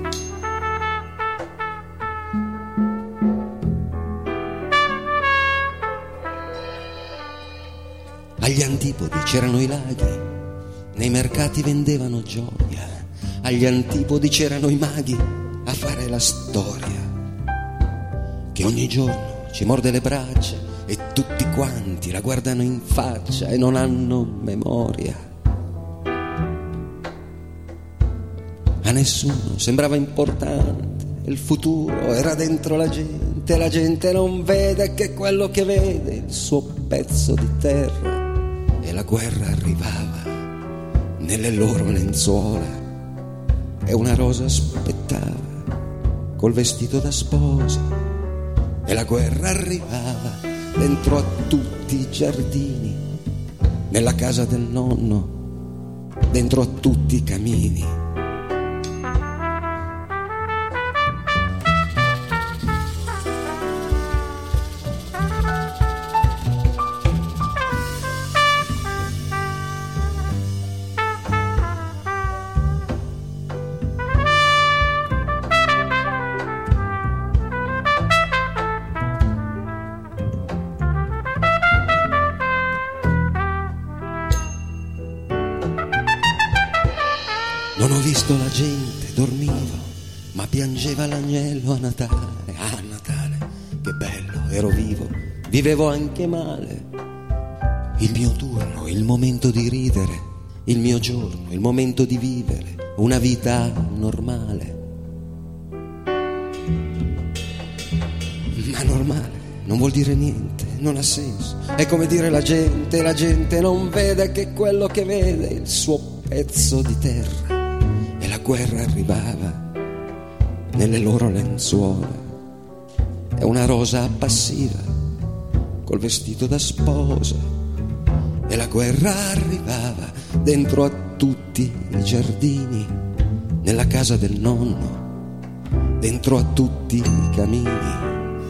Agli antipodi c'erano i laghi, nei mercati vendevano gioia, agli antipodi c'erano i maghi a fare la storia, che ogni giorno ci morde le braccia e tutti quanti la guardano in faccia e non hanno memoria. A nessuno sembrava importante, il futuro era dentro la gente non vede che quello che vede è il suo pezzo di terra. E la guerra arrivava nelle loro lenzuola, e una rosa aspettava col vestito da sposa, e la guerra arrivava dentro a tutti i giardini, nella casa del nonno, dentro a tutti i camini. Non ho visto la gente, dormivo, ma piangeva l'agnello a Natale. Ah, Natale, che bello, ero vivo, vivevo anche male. Il mio turno, il momento di ridere, il mio giorno, il momento di vivere una vita normale. Ma normale non vuol dire niente, non ha senso. È come dire la gente non vede che quello che vede è il suo pezzo di terra. E la guerra arrivava nelle loro lenzuola, e una rosa passiva col vestito da sposa, e la guerra arrivava dentro a tutti i giardini, nella casa del nonno, dentro a tutti i camini.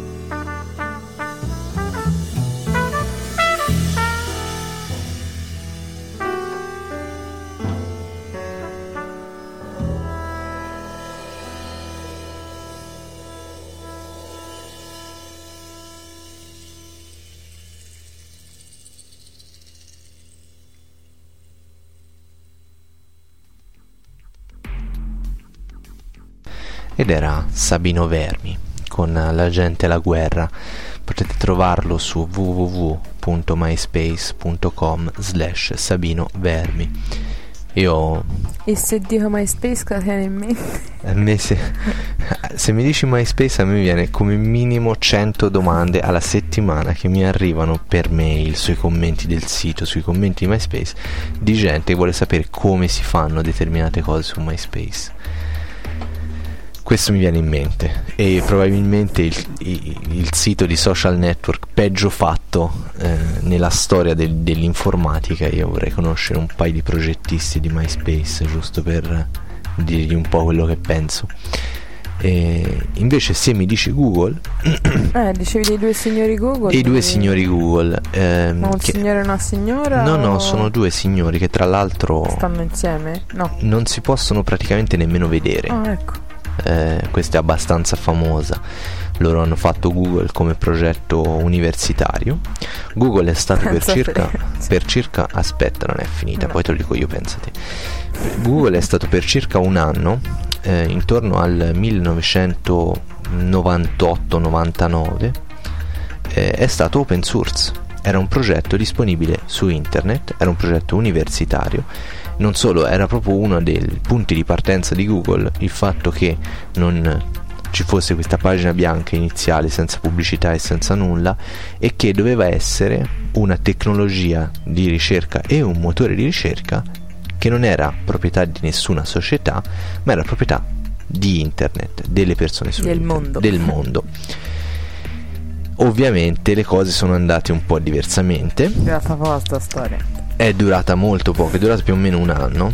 Ed era Sabino Vermi con La gente e la guerra. Potete trovarlo su www.myspace.com/Sabino Vermi. Io... E se dico MySpace, cosa tiene in mente? A me se mi dici MySpace, a me viene come minimo 100 domande alla settimana che mi arrivano per mail, sui commenti del sito, sui commenti di MySpace, di gente che vuole sapere come si fanno determinate cose su MySpace. Questo mi viene in mente, e probabilmente il sito di social network peggio fatto nella storia dell'informatica. Io vorrei conoscere un paio di progettisti di MySpace, giusto per dirgli un po' quello che penso. E invece se mi dici Google... dicevi dei due signori Google? I due signori Google. Ma un signore e una signora? No, sono due signori che tra l'altro... Stanno insieme? No. Non si possono praticamente nemmeno vedere. Ah, ecco. Questa è abbastanza famosa. Loro hanno fatto Google come progetto universitario. Google è stato per circa aspetta, non è finita, no. Poi te lo dico io, pensate. Google è stato per circa un anno, intorno al 1998-99, è stato open source. Era un progetto disponibile su internet, era un progetto universitario. Non solo, era proprio uno dei punti di partenza di Google il fatto che non ci fosse questa pagina bianca iniziale senza pubblicità e senza nulla, e che doveva essere una tecnologia di ricerca e un motore di ricerca che non era proprietà di nessuna società, ma era proprietà di internet, delle persone su Del internet, mondo. del mondo. Ovviamente le cose sono andate un po' diversamente. Era famosa sta storia. È durata molto poco, è durata più o meno un anno.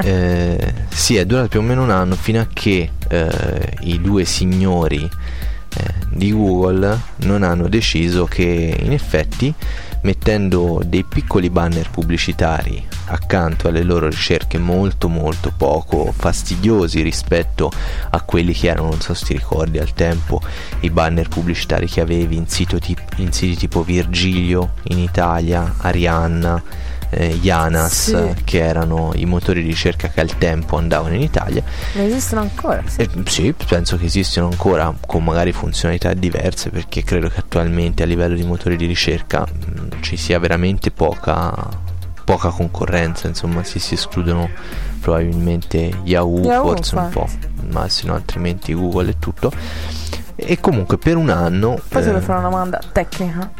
Sì, è durata più o meno un anno, fino a che i due signori di Google non hanno deciso che in effetti, mettendo dei piccoli banner pubblicitari accanto alle loro ricerche molto molto poco fastidiosi rispetto a quelli che erano, non so se ti ricordi al tempo, i banner pubblicitari che avevi in siti tipo Virgilio in Italia, Arianna, Yanas, sì, che erano i motori di ricerca che al tempo andavano in Italia. Ma esistono ancora? Sì. Sì, penso che esistono ancora, con magari funzionalità diverse, perché credo che attualmente a livello di motori di ricerca ci sia veramente poca concorrenza, insomma si escludono probabilmente Yahoo forse infatti. un po', ma se no altrimenti Google e tutto. E comunque per un anno Poi se devo fare una domanda tecnica.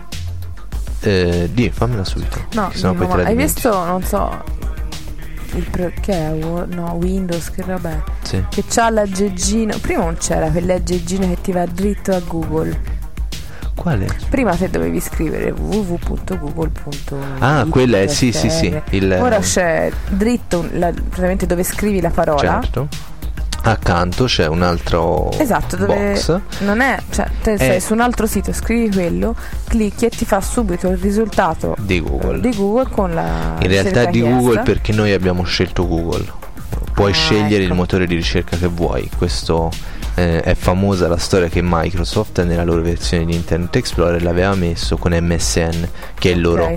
Fammela subito, No, sennò poi te la hai dimentico. visto, non so, che è Windows, che roba è? Sì. Che c'ha l'aggeggino. Prima non c'era quell'aggeggino che ti va dritto a Google. Quale? Prima te dovevi scrivere www.google.it. Ah, quella è, sì, Ora c'è dritto praticamente dove scrivi la parola. certo. Accanto c'è un altro Esatto, dove box. non è, cioè te sei su un altro sito, scrivi quello, clicchi e ti fa subito il risultato Di Google. con la In realtà ricerca di chiesta. Google, perché noi abbiamo scelto Google. Puoi scegliere ecco. il motore di ricerca che vuoi. Questo è famosa la storia che Microsoft nella loro versione di Internet Explorer l'aveva messo con MSN, che è il loro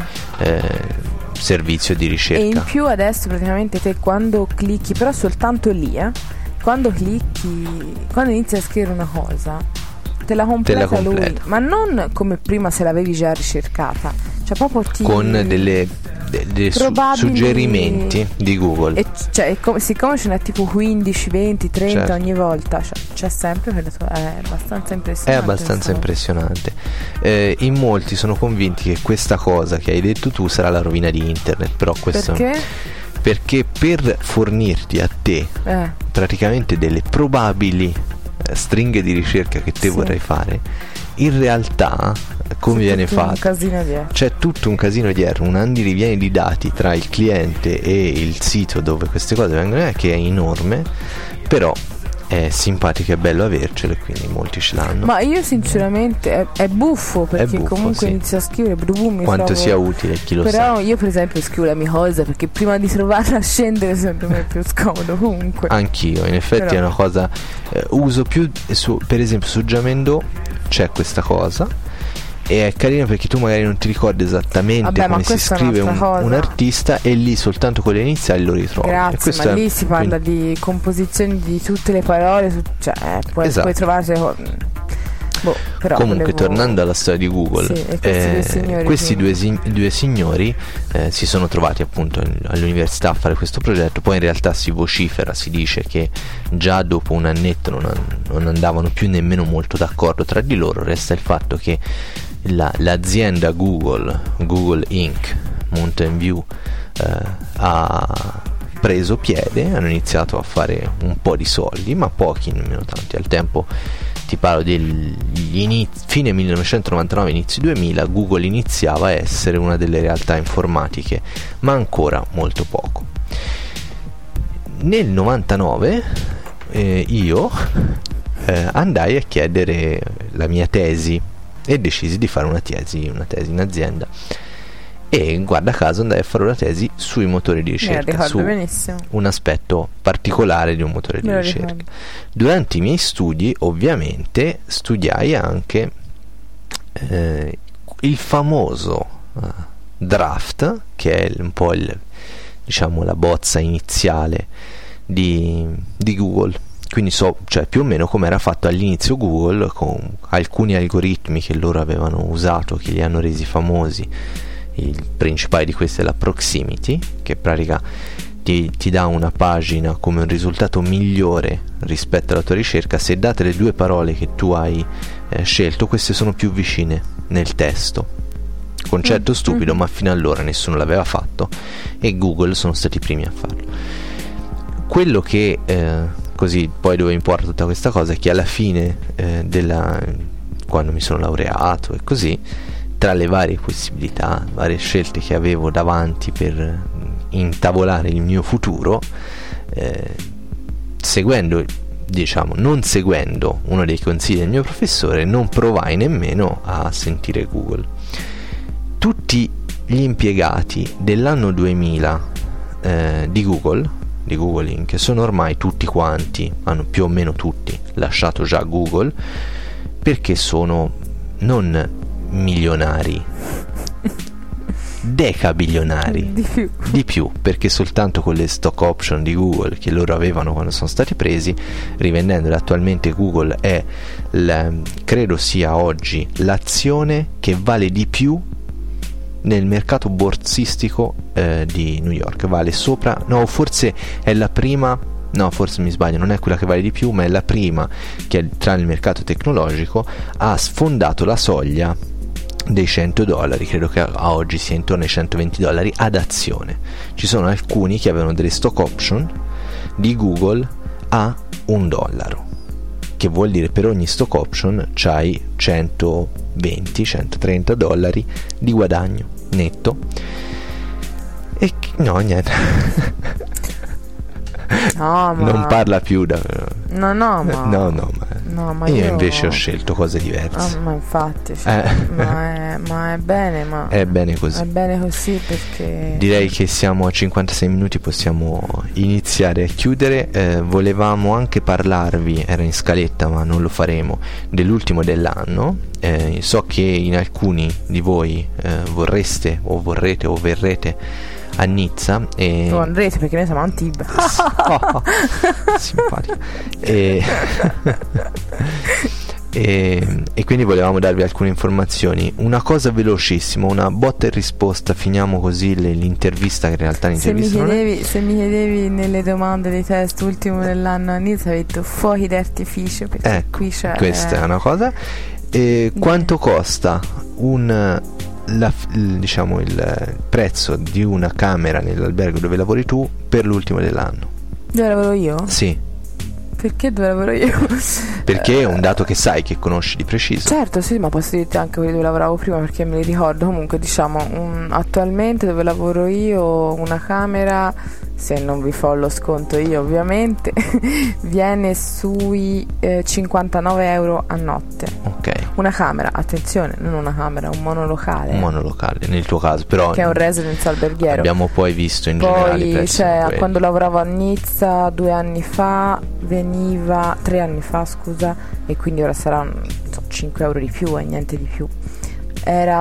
servizio di ricerca. E in più adesso praticamente te quando clicchi, però soltanto lì, quando clicchi, quando inizi a scrivere una cosa, te la completa lui, ma non come prima se l'avevi già ricercata, cioè proprio con delle suggerimenti di Google. E cioè, siccome ce n'è tipo 15, 20, 30 certo. ogni volta, cioè, c'è sempre quella è abbastanza impressionante. È abbastanza impressionante. In molti sono convinti che questa cosa che hai detto tu sarà la rovina di internet, però questo perché per fornirti a te praticamente delle probabili stringhe di ricerca che te vorrai fare, in realtà come viene fatto? C'è tutto un casino dietro, un andirivieni di dati tra il cliente e il sito dove queste cose vengono, che è enorme, però è simpatico e bello avercelo, e quindi molti ce l'hanno. Ma io sinceramente è buffo, perché comunque inizio a scrivere quanto sia utile, chi lo sa. Però io per esempio scrivo la mia cosa, perché prima di trovarla a scendere secondo me è più scomodo comunque. Anch'io, in effetti è una cosa uso più per esempio su Jamendo c'è questa cosa, e è carino perché tu magari non ti ricordi esattamente come si scrive un artista, e lì soltanto con le iniziali lo ritrovi. Grazie, ma lì si parla di composizioni di tutte le parole, cioè puoi trovarsi però comunque tornando alla storia di Google, questi due signori si sono trovati appunto all'università a fare questo progetto. Poi in realtà si vocifera, si dice che già dopo un annetto non andavano più nemmeno molto d'accordo tra di loro. Resta il fatto che l'azienda Google Inc. Mountain View ha preso piede, hanno iniziato a fare un po' di soldi, ma pochi, nemmeno tanti. Al tempo, ti parlo degli fine 1999, inizi 2000, Google iniziava a essere una delle realtà informatiche, ma ancora molto poco. Nel 99 io andai a chiedere la mia tesi e decisi di fare una tesi in azienda, e guarda caso andai a fare una tesi sui motori di ricerca, su un aspetto particolare di un motore di ricerca. Durante i miei studi ovviamente studiai anche il famoso draft, che è un po' diciamo la bozza iniziale di Google. Quindi cioè più o meno come era fatto all'inizio Google, con alcuni algoritmi che loro avevano usato, che li hanno resi famosi. Il principale di questi è la proximity, che in pratica ti dà una pagina come un risultato migliore rispetto alla tua ricerca se, date le due parole che tu hai scelto, queste sono più vicine nel testo. Concetto stupido, ma fino allora nessuno l'aveva fatto, e Google sono stati i primi a farlo. Quello che così poi dove importa tutta questa cosa è che alla fine quando mi sono laureato e così, tra le varie possibilità, varie scelte che avevo davanti per intavolare il mio futuro, non seguendo uno dei consigli del mio professore, non provai nemmeno a sentire Google. Tutti gli impiegati dell'anno 2000 di Google Inc. sono ormai tutti quanti, hanno più o meno tutti lasciato già Google, perché sono non milionari, decabilionari di più, perché soltanto con le stock option di Google che loro avevano quando sono stati presi, rivendendole, attualmente Google è credo sia oggi l'azione che vale di più nel mercato borsistico di New York. Vale sopra, no, forse è la prima, no, forse mi sbaglio, non è quella che vale di più, ma è la prima che tra il mercato tecnologico ha sfondato la soglia dei $100, credo che a oggi sia intorno ai $120 ad azione. Ci sono alcuni che avevano delle stock option di Google a $1, che vuol dire per ogni stock option c'hai $120-130 di guadagno netto. E no, niente. No, ma non parla più da... ma io invece ho scelto cose diverse. Ma infatti, ma è bene, ma è bene così. È bene così, perché direi che siamo a 56 minuti, possiamo iniziare a chiudere. Volevamo anche parlarvi, era in scaletta ma non lo faremo, dell'ultimo dell'anno. So che in alcuni di voi vorreste o vorrete o verrete a Nizza e lo andrete, perché noi siamo a Antibes. Simpatico. E quindi volevamo darvi alcune informazioni. Una cosa velocissima, una botta e risposta, finiamo così l'intervista, che in realtà l'intervista se mi chiedevi nelle domande dei test ultimo dell'anno a Nizza, avevo detto fuochi d'artificio, perché qui c'è, questa è una cosa. Quanto costa il prezzo di una camera nell'albergo dove lavori tu per l'ultimo dell'anno? Dove lavoro io? Sì. Perché dove lavoro io? Perché è un dato che sai, che conosci di preciso. Certo, sì, ma posso dirti anche quelli dove lavoravo prima, perché me li ricordo. Comunque, attualmente dove lavoro io, una camera, se non vi fo lo sconto io ovviamente, viene sui €59 a notte. Ok. Una camera, attenzione, non una camera, un monolocale. Un monolocale, nel tuo caso, però. Che è un residence alberghiero. Abbiamo poi visto in generale i prezzi. Quando lavoravo a Nizza 2 anni fa, veniva 3 anni fa, scusa, e quindi ora sarà €5 di più e niente di più. Era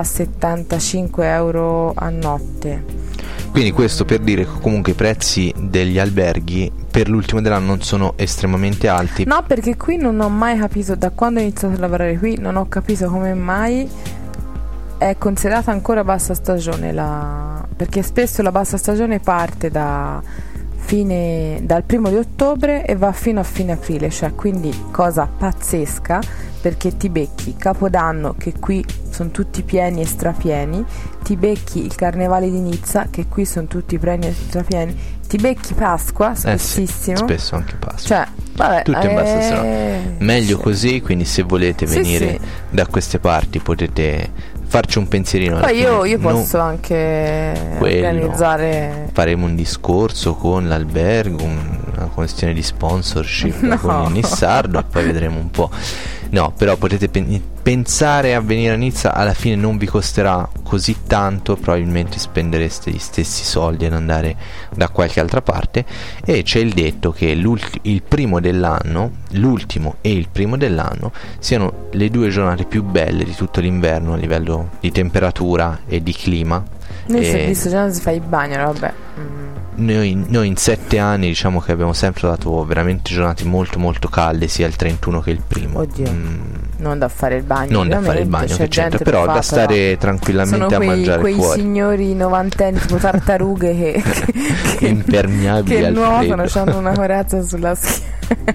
€75 a notte. Quindi questo per dire che comunque i prezzi degli alberghi per l'ultimo dell'anno non sono estremamente alti. No, perché qui non ho mai capito, da quando ho iniziato a lavorare qui, non ho capito come mai è considerata ancora bassa stagione perché spesso la bassa stagione parte dal 1° di ottobre e va fino a fine aprile, cioè, quindi cosa pazzesca, perché ti becchi Capodanno, che qui sono tutti pieni e strapieni, ti becchi il Carnevale di Nizza, che qui sono tutti pieni e strapieni, ti becchi Pasqua, spessissimo, sì, spesso anche Pasqua, cioè, vabbè, tutto in bassa stagione. Meglio sì. Così, quindi se volete venire da queste parti potete farci un pensierino. Poi io posso anche organizzare, faremo un discorso con l'albergo, una questione di sponsorship con il Nissardo, e poi vedremo un po'. No, però potete pensare a venire a Nizza, alla fine non vi costerà così tanto, probabilmente spendereste gli stessi soldi ad andare da qualche altra parte. E c'è il detto che il primo dell'anno, l'ultimo e il primo dell'anno siano le 2 giornate più belle di tutto l'inverno a livello di temperatura e di clima. Noi visto già si fa il bagno, vabbè. Noi in 7 anni diciamo che abbiamo sempre dato veramente giornate molto molto calde, sia il 31 che il primo. Oddio, non da fare il bagno. Non da fare il bagno, che c'entra, però da stare tranquillamente a mangiare quei fuori. Signori novantenni tipo tartarughe che impermeabili che al nuotano, freddo, hanno una corazza sulla schiena.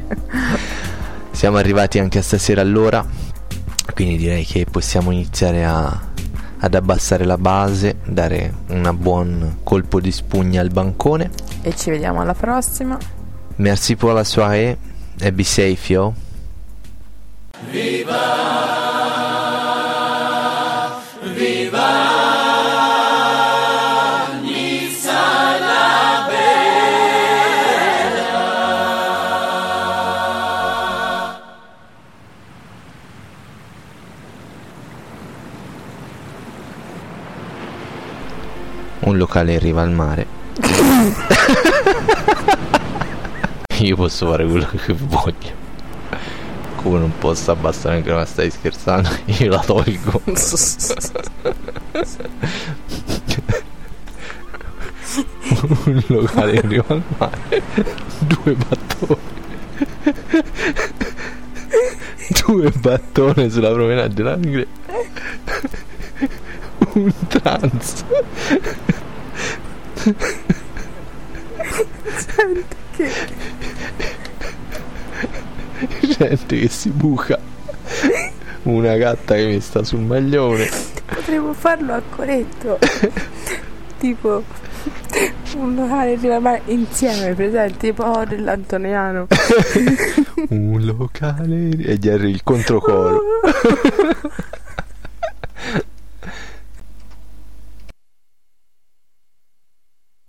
Siamo arrivati anche a stasera all'ora, quindi direi che possiamo iniziare ad abbassare la base, dare un buon colpo di spugna al bancone. E ci vediamo alla prossima. Merci pour la soirée. E be safe, yo. Un locale in riva al mare. Io posso fare quello che voglio. Come non posso abbassare anche, ma stai scherzando? Io la tolgo. Un locale in riva al mare. 2 battoni. 2 battoni sulla promenade dell'Anglia. Un trans. Gente che si buca. Una gatta che mi sta sul maglione. Potremmo farlo a Coretto. Tipo un locale di insieme, presente, tipo dell'Antoniano. Un locale. E Jerry il controcoro.